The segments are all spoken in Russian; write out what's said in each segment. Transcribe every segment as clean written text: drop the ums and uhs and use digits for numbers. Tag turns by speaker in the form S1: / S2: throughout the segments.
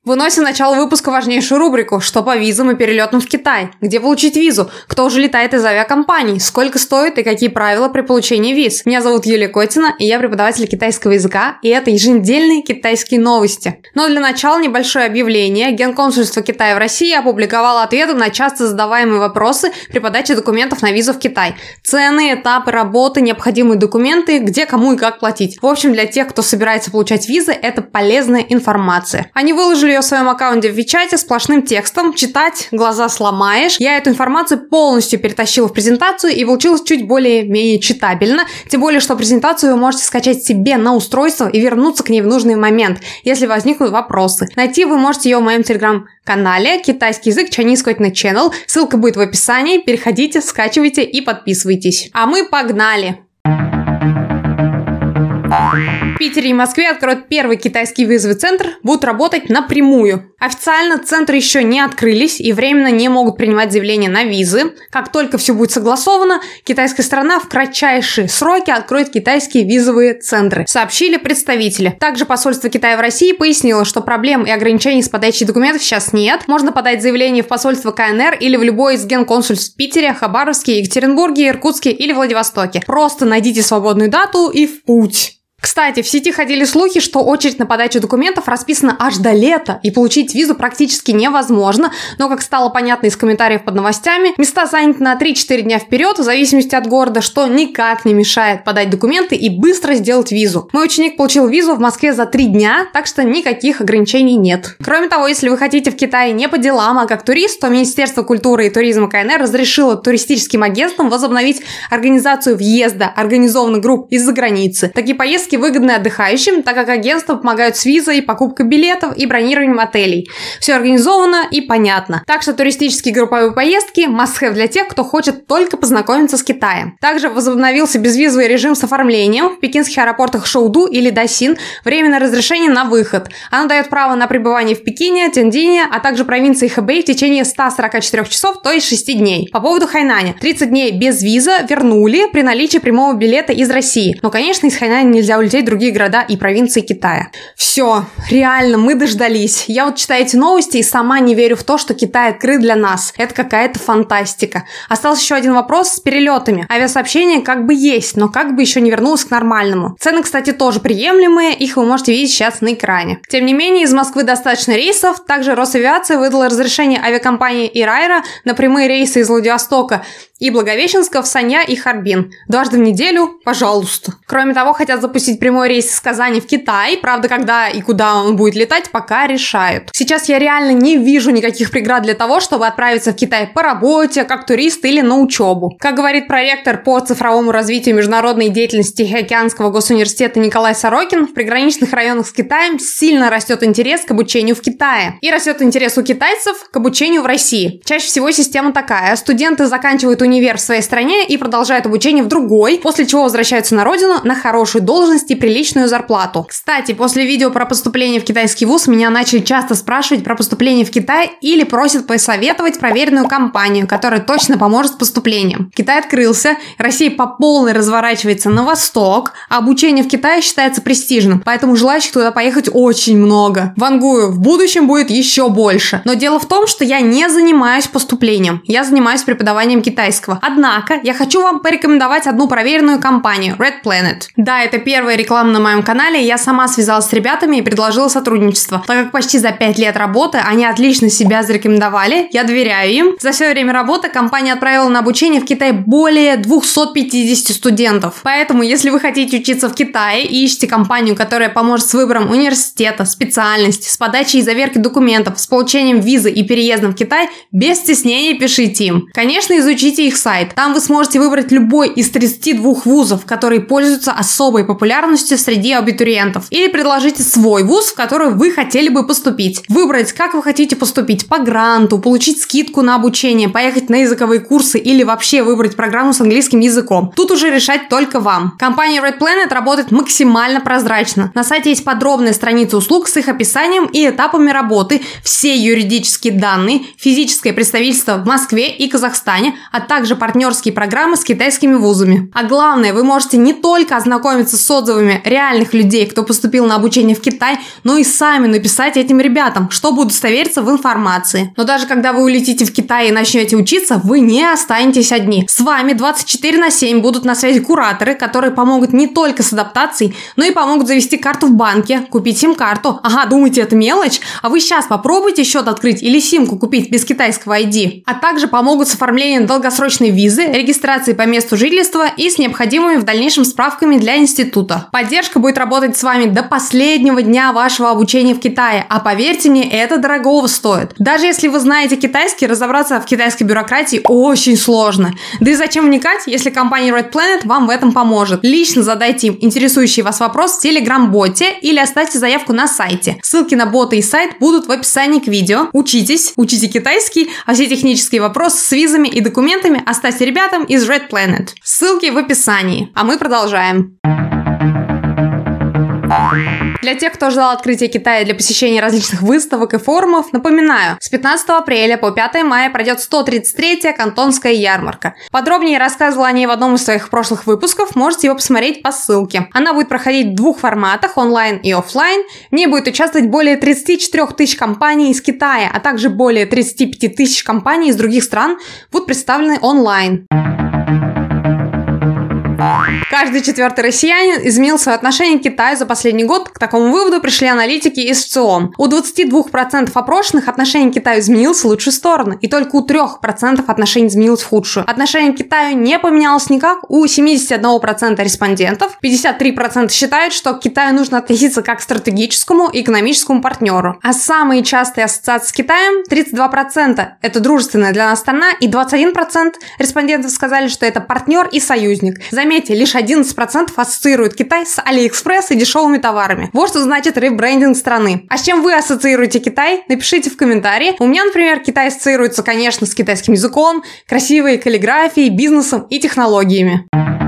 S1: Выносим начало выпуска важнейшую рубрику «Что по визам и перелетам в Китай?». Где получить визу? Кто уже летает из авиакомпаний? Сколько стоит и какие правила при получении виз? Меня зовут Юлия Котина, и я преподаватель китайского языка, и это еженедельные китайские новости. Но для начала небольшое объявление. Генконсульство Китая в России опубликовало ответы на часто задаваемые вопросы при подаче документов на визу в Китай. Цены, этапы работы, необходимые документы, где, кому и как платить. В общем, для тех, кто собирается получать визы, это полезная информация. Они выложили ее в своем аккаунте в Вичате сплошным текстом. Читать глаза сломаешь. Я эту информацию полностью перетащила в презентацию и получилось чуть более-менее читабельно. Тем более, что презентацию вы можете скачать себе на устройство и вернуться к ней в нужный момент, если возникнут вопросы. Найти вы можете ее в моем телеграм-канале «Китайский язык Chinese Котина Channel». Ссылка будет в описании. Переходите, скачивайте и подписывайтесь. А мы погнали! В Питере и Москве откроют первый китайский визовый центр, будут работать напрямую. Официально центры еще не открылись и временно не могут принимать заявления на визы. Как только все будет согласовано, китайская сторона в кратчайшие сроки откроет китайские визовые центры, сообщили представители. Также посольство Китая в России пояснило, что проблем и ограничений с подачей документов сейчас нет. Можно подать заявление в посольство КНР или в любой из генконсульств в Питере, Хабаровске, Екатеринбурге, Иркутске или Владивостоке. Просто найдите свободную дату и в путь. Кстати, в сети ходили слухи, что очередь на подачу документов расписана аж до лета, и получить визу практически невозможно, но, как стало понятно из комментариев под новостями, места заняты на 3-4 дня вперед, в зависимости от города, что никак не мешает подать документы и быстро сделать визу. Мой ученик получил визу в Москве за 3 дня, так что никаких ограничений нет. Кроме того, если вы хотите в Китае не по делам, а как турист, то Министерство культуры и туризма КНР разрешило туристическим агентствам возобновить организацию въезда организованных групп из-за границы. Такие поездки выгодны отдыхающим, так как агентства помогают с визой, покупкой билетов и бронированием отелей. Все организовано и понятно. Так что туристические групповые поездки must-have для тех, кто хочет только познакомиться с Китаем. Также возобновился безвизовый режим с оформлением. В пекинских аэропортах Шоуду или Дасин временное разрешение на выход. Оно дает право на пребывание в Пекине, Тяньцзине, а также провинции Хэбэй в течение 144 часов, то есть 6 дней. По поводу Хайнаня. 30 дней без виза вернули при наличии прямого билета из России. Но, конечно, из Хайнаня нельзя улететь в другие города и провинции Китая. Все, реально, мы дождались. Я вот читаю эти новости и сама не верю в то, что Китай открыт для нас. Это какая-то фантастика. Остался еще один вопрос с перелетами. Авиасообщение как бы есть, но как бы еще не вернулось к нормальному. Цены, кстати, тоже приемлемые, их вы можете видеть сейчас на экране. Тем не менее, из Москвы достаточно рейсов. Также Росавиация выдала разрешение авиакомпании Ирайра на прямые рейсы из Владивостока и Благовещенска в Санья и Харбин. Дважды в неделю, пожалуйста. Кроме того, хотят запустить прямой рейс из Казани в Китай. Правда, когда и куда он будет летать, пока решают. Сейчас я реально не вижу никаких преград для того, чтобы отправиться в Китай по работе, как турист или на учебу. Как говорит проректор по цифровому развитию международной деятельности Тихоокеанского госуниверситета Николай Сорокин, в приграничных районах с Китаем сильно растет интерес к обучению в Китае. И растет интерес у китайцев к обучению в России. Чаще всего система такая. Студенты заканчивают универ в своей стране и продолжают обучение в другой, после чего возвращаются на родину на хорошую должность и приличную зарплату. Кстати, после видео про поступление в китайский вуз меня начали часто спрашивать про поступление в Китай или просят посоветовать проверенную компанию, которая точно поможет с поступлением. Китай открылся, Россия по полной разворачивается на восток, а обучение в Китае считается престижным, поэтому желающих туда поехать очень много. Вангую, в будущем будет еще больше. Но дело в том, что я не занимаюсь поступлением, я занимаюсь преподаванием китайского. Однако, я хочу вам порекомендовать одну проверенную компанию – Red Planet. Да, это первая реклама на моем канале, я сама связалась с ребятами и предложила сотрудничество. Так как почти за 5 лет работы они отлично себя зарекомендовали, я доверяю им. За все время работы компания отправила на обучение в Китай более 250 студентов. Поэтому, если вы хотите учиться в Китае и ищете компанию, которая поможет с выбором университета, специальности, с подачей и заверкой документов, с получением визы и переездом в Китай, без стеснения пишите им. Конечно, изучите их сайт. Там вы сможете выбрать любой из 32 вузов, которые пользуются особой популярностью среди абитуриентов. Или предложите свой вуз, в который вы хотели бы поступить. Выбрать, как вы хотите поступить, по гранту, получить скидку на обучение, поехать на языковые курсы или вообще выбрать программу с английским языком. Тут уже решать только вам. Компания Red Planet работает максимально прозрачно. На сайте есть подробная страница услуг с их описанием и этапами работы, все юридические данные, физическое представительство в Москве и Казахстане, а также также партнерские программы с китайскими вузами. А главное, вы можете не только ознакомиться с отзывами реальных людей, кто поступил на обучение в Китай, но и сами написать этим ребятам, чтобы удостовериться в информации. Но даже когда вы улетите в Китай и начнете учиться, вы не останетесь одни. С вами 24/7 будут на связи кураторы, которые помогут не только с адаптацией, но и помогут завести карту в банке, купить сим-карту. Ага, думаете, это мелочь? А вы сейчас попробуйте счет открыть или симку купить без китайского ID. А также помогут с оформлением долгосрочной визы, регистрацией по месту жительства и с необходимыми в дальнейшем справками для института. Поддержка будет работать с вами до последнего дня вашего обучения в Китае, а поверьте мне, это дорогого стоит. Даже если вы знаете китайский, разобраться в китайской бюрократии очень сложно. Да и зачем вникать, если компания Red Planet вам в этом поможет? Лично задайте им интересующий вас вопрос в Telegram-боте или оставьте заявку на сайте. Ссылки на боты и сайт будут в описании к видео. Учитесь, учите китайский, а все технические вопросы с визами и документами оставьте ребятам из Red Planet. Ссылки в описании. А мы продолжаем. Для тех, кто ждал открытия Китая для посещения различных выставок и форумов, напоминаю, с 15 апреля по 5 мая пройдет 133-я Кантонская ярмарка. Подробнее я рассказывала о ней в одном из своих прошлых выпусков, можете его посмотреть по ссылке. Она будет проходить в двух форматах, онлайн и офлайн. В ней будет участвовать более 34 тысяч компаний из Китая, а также более 35 тысяч компаний из других стран будут представлены онлайн. Каждый четвертый россиянин изменил свое отношение к Китаю за последний год. К такому выводу пришли аналитики из ВЦИОМ. У 22% опрошенных отношение к Китаю изменилось в лучшую сторону, и только у 3% отношение изменилось в худшую. Отношение к Китаю не поменялось никак у 71% респондентов. 53% считают, что к Китаю нужно относиться как к стратегическому и экономическому партнеру. А самые частые ассоциации с Китаем 32% это дружественная для нас страна, и 21% респондентов сказали, что это партнер и союзник. Заметьте, лишь 11% ассоциируют Китай с Алиэкспресс и дешевыми товарами. Вот что значит ребрендинг страны. А с чем вы ассоциируете Китай? Напишите в комментарии. У меня, например, Китай ассоциируется, конечно, с китайским языком, красивой каллиграфией, бизнесом и технологиями.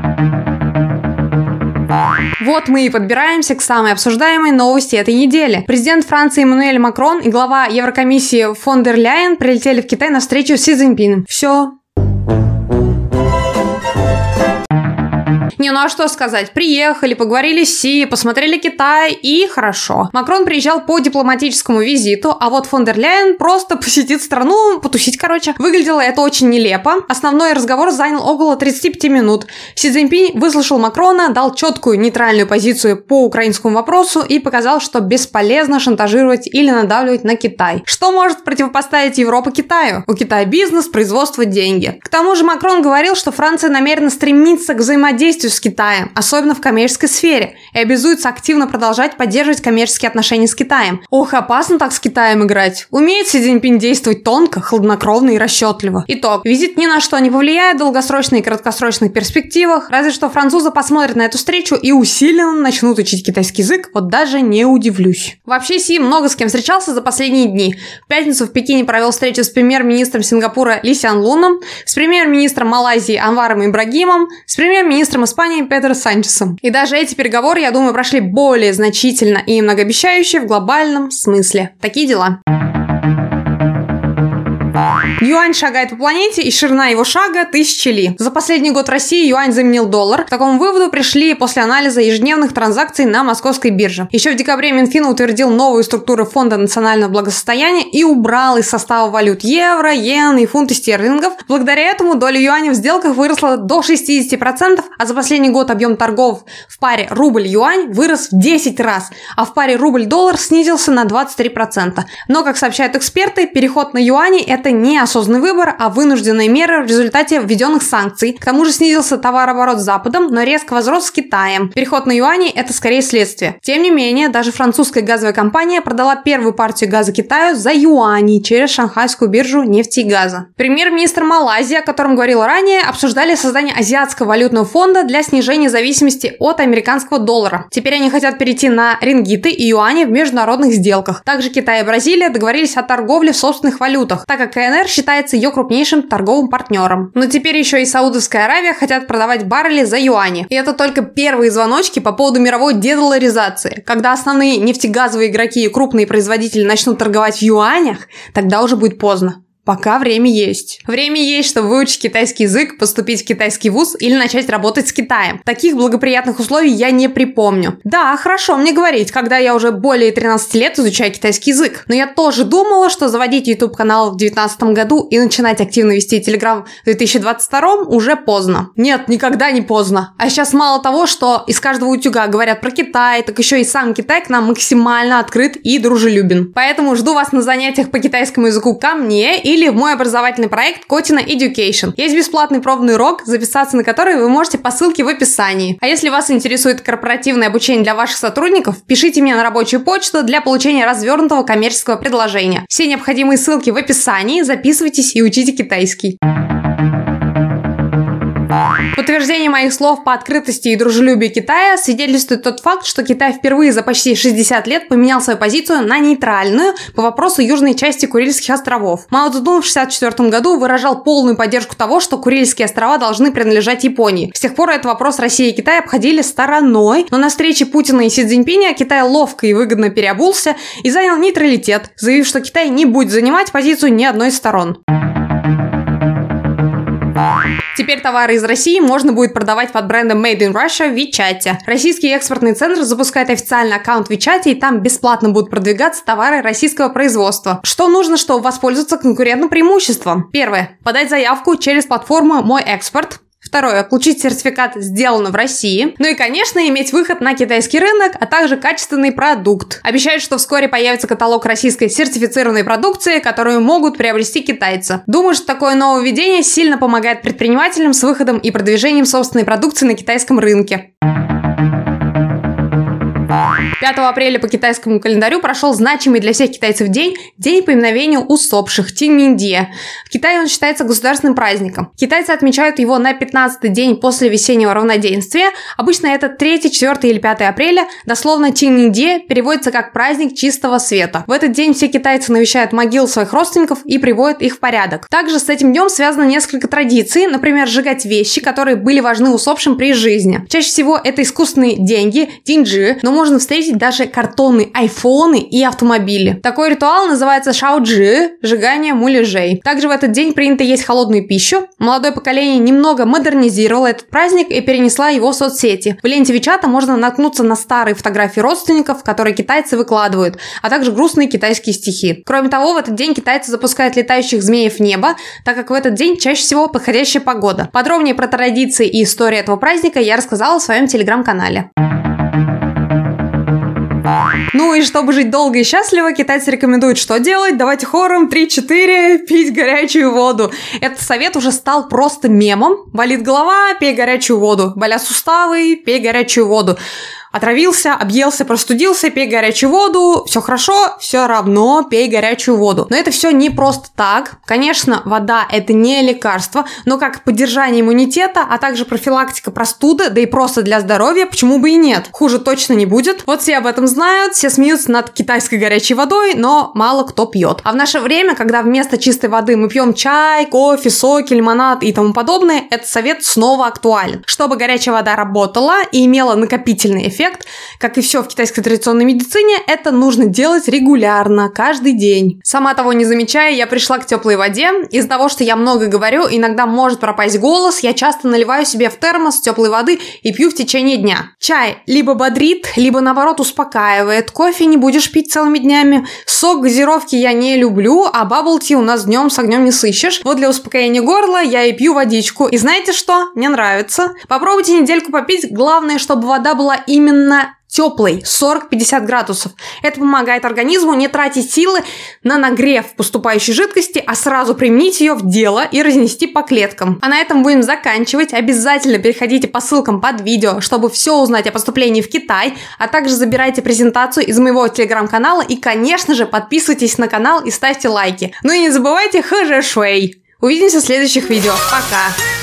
S1: Вот мы и подбираемся к самой обсуждаемой новости этой недели. Президент Франции Эммануэль Макрон и глава Еврокомиссии фон дер Ляйен прилетели в Китай на встречу с Си Цзиньпином. Все. Не, ну а что сказать? Приехали, поговорили с Си, посмотрели Китай и хорошо. Макрон приезжал по дипломатическому визиту, а вот фон дер Ляйен просто посетит страну, потусить, короче. Выглядело это очень нелепо. Основной разговор занял около 35 минут. Си Цзиньпинь выслушал Макрона, дал четкую нейтральную позицию по украинскому вопросу и показал, что бесполезно шантажировать или надавливать на Китай. Что может противопоставить Европа Китаю? У Китая бизнес, производство, деньги. К тому же Макрон говорил, что Франция намерена стремиться к взаимодействию с Китаем, особенно в коммерческой сфере, и обязуется активно продолжать поддерживать коммерческие отношения с Китаем. Ох, опасно так с Китаем играть. Умеет Си Цзиньпинь действовать тонко, хладнокровно и расчетливо. Итог. Визит ни на что не повлияет в долгосрочной и краткосрочных перспективах, разве что французы посмотрят на эту встречу и усиленно начнут учить китайский язык, вот даже не удивлюсь. Вообще Си много с кем встречался за последние дни. В пятницу в Пекине провел встречу с премьер-министром Сингапура Ли Сян Луном, с премьер-министром Малайзии Анваром Ибрагимом, с премьер-министром Испании Педро Санчесом. И даже эти переговоры, я думаю, прошли более значительно и многообещающе в глобальном смысле. Такие дела. Юань шагает по планете, и ширина его шага 1000 ли. За последний год в России юань заменил доллар. К такому выводу пришли после анализа ежедневных транзакций на московской бирже. Еще в декабре Минфин утвердил новую структуру Фонда национального благосостояния и убрал из состава валют евро, йен и фунты стерлингов. Благодаря этому доля юаня в сделках выросла до 60%, а за последний год объем торгов в паре рубль-юань вырос в 10 раз, а в паре рубль-доллар снизился на 23%. Но, как сообщают эксперты, переход на юани – это не осознанный выбор, а вынужденная мера в результате введенных санкций. К тому же снизился товарооборот с Западом, но резко возрос с Китаем. Переход на юани – это скорее следствие. Тем не менее, даже французская газовая компания продала первую партию газа Китаю за юани через шанхайскую биржу нефти и газа. Премьер-министр Малайзии, о котором говорил ранее, обсуждали создание азиатского валютного фонда для снижения зависимости от американского доллара. Теперь они хотят перейти на рингиты и юани в международных сделках. Также Китай и Бразилия договорились о торговле в собственных валютах, так как КНР считается ее крупнейшим торговым партнером. Но теперь еще и Саудовская Аравия хотят продавать баррели за юани. И это только первые звоночки по поводу мировой дедоларизации. Когда основные нефтегазовые игроки и крупные производители начнут торговать в юанях, тогда уже будет поздно. Пока время есть. Время есть, чтобы выучить китайский язык, поступить в китайский вуз или начать работать с Китаем. Таких благоприятных условий я не припомню. Да, хорошо мне говорить, когда я уже более 13 лет изучаю китайский язык. Но я тоже думала, что заводить YouTube-канал в 2019 году и начинать активно вести Telegram в 2022 уже поздно. Нет, никогда не поздно. А сейчас мало того, что из каждого утюга говорят про Китай, так еще и сам Китай к нам максимально открыт и дружелюбен. Поэтому жду вас на занятиях по китайскому языку ко мне или в мой образовательный проект Котина Education. Есть бесплатный пробный урок, записаться на который вы можете по ссылке в описании. А если вас интересует корпоративное обучение для ваших сотрудников, пишите мне на рабочую почту для получения развернутого коммерческого предложения. Все необходимые ссылки в описании, записывайтесь и учите китайский. В подтверждение моих слов по открытости и дружелюбию Китая свидетельствует тот факт, что Китай впервые за почти 60 лет поменял свою позицию на нейтральную по вопросу южной части Курильских островов. Мао Цзэдун в 1964 году выражал полную поддержку того, что Курильские острова должны принадлежать Японии. С тех пор этот вопрос Россия и Китай обходили стороной, но на встрече Путина и Си Цзиньпиня Китай ловко и выгодно переобулся и занял нейтралитет, заявив, что Китай не будет занимать позицию ни одной из сторон. Теперь товары из России можно будет продавать под брендом Made in Russia в WeChat. Российский экспортный центр запускает официальный аккаунт в WeChat, и там бесплатно будут продвигаться товары российского производства. Что нужно, чтобы воспользоваться конкурентным преимуществом? Первое. Подать заявку через платформу «Мой экспорт». Второе. Получить сертификат «Сделано в России». Ну и, конечно, иметь выход на китайский рынок, а также качественный продукт. Обещают, что вскоре появится каталог российской сертифицированной продукции, которую могут приобрести китайцы. Думаю, что такое нововведение сильно помогает предпринимателям с выходом и продвижением собственной продукции на китайском рынке. 5 апреля по китайскому календарю прошел значимый для всех китайцев день – День поминовения усопших, Тиньминдие. В Китае он считается государственным праздником. Китайцы отмечают его на 15-й день после весеннего равноденствия. Обычно это 3, 4 или 5 апреля. Дословно Тиньминдие переводится как «праздник чистого света». В этот день все китайцы навещают могилы своих родственников и приводят их в порядок. Также с этим днем связано несколько традиций, например, сжигать вещи, которые были важны усопшим при жизни. Чаще всего это искусственные деньги, динджи, но можно встретить даже картонные айфоны и автомобили. Такой ритуал называется шаоджи – сжигание муляжей. Также в этот день принято есть холодную пищу. Молодое поколение немного модернизировало этот праздник и перенесла его в соцсети. В ленте WeChat можно наткнуться на старые фотографии родственников, которые китайцы выкладывают, а также грустные китайские стихи. Кроме того, в этот день китайцы запускают летающих змеев в небо, так как в этот день чаще всего подходящая погода. Подробнее про традиции и историю этого праздника я рассказала в своем телеграм-канале. Ну и чтобы жить долго и счастливо, китайцы рекомендуют что делать? Давайте хором 3-4 пить горячую воду. Этот совет уже стал просто мемом. Болит голова? Пей горячую воду. Болят суставы? Пей горячую воду. Отравился, объелся, простудился, пей горячую воду, все хорошо, все равно пей горячую воду. Но это все не просто так. Конечно, вода – это не лекарство, но как поддержание иммунитета, а также профилактика простуды, да и просто для здоровья, почему бы и нет. Хуже точно не будет. Вот все об этом знают, все смеются над китайской горячей водой, но мало кто пьет. А в наше время, когда вместо чистой воды мы пьем чай, кофе, соки, лимонад и тому подобное, этот совет снова актуален. Чтобы горячая вода работала и имела накопительный эффект, как и все в китайской традиционной медицине, это нужно делать регулярно, каждый день. Сама того не замечая, я пришла к теплой воде. Из-за того, что я много говорю, иногда может пропасть голос, я часто наливаю себе в термос теплой воды и пью в течение дня. Чай либо бодрит, либо наоборот успокаивает. Кофе не будешь пить целыми днями. Сок, газировки я не люблю, а бабл-ти у нас днем с огнем не сыщешь. Вот для успокоения горла я и пью водичку. И знаете что? Мне нравится. Попробуйте недельку попить. Главное, чтобы вода была именно теплой, 40-50 градусов. Это помогает организму не тратить силы на нагрев поступающей жидкости, а сразу применить ее в дело и разнести по клеткам. А на этом будем заканчивать. Обязательно переходите по ссылкам под видео, чтобы все узнать о поступлении в Китай, а также забирайте презентацию из моего телеграм-канала и, конечно же, подписывайтесь на канал и ставьте лайки. Ну и не забывайте хэжэ шуэй. Увидимся в следующих видео. Пока!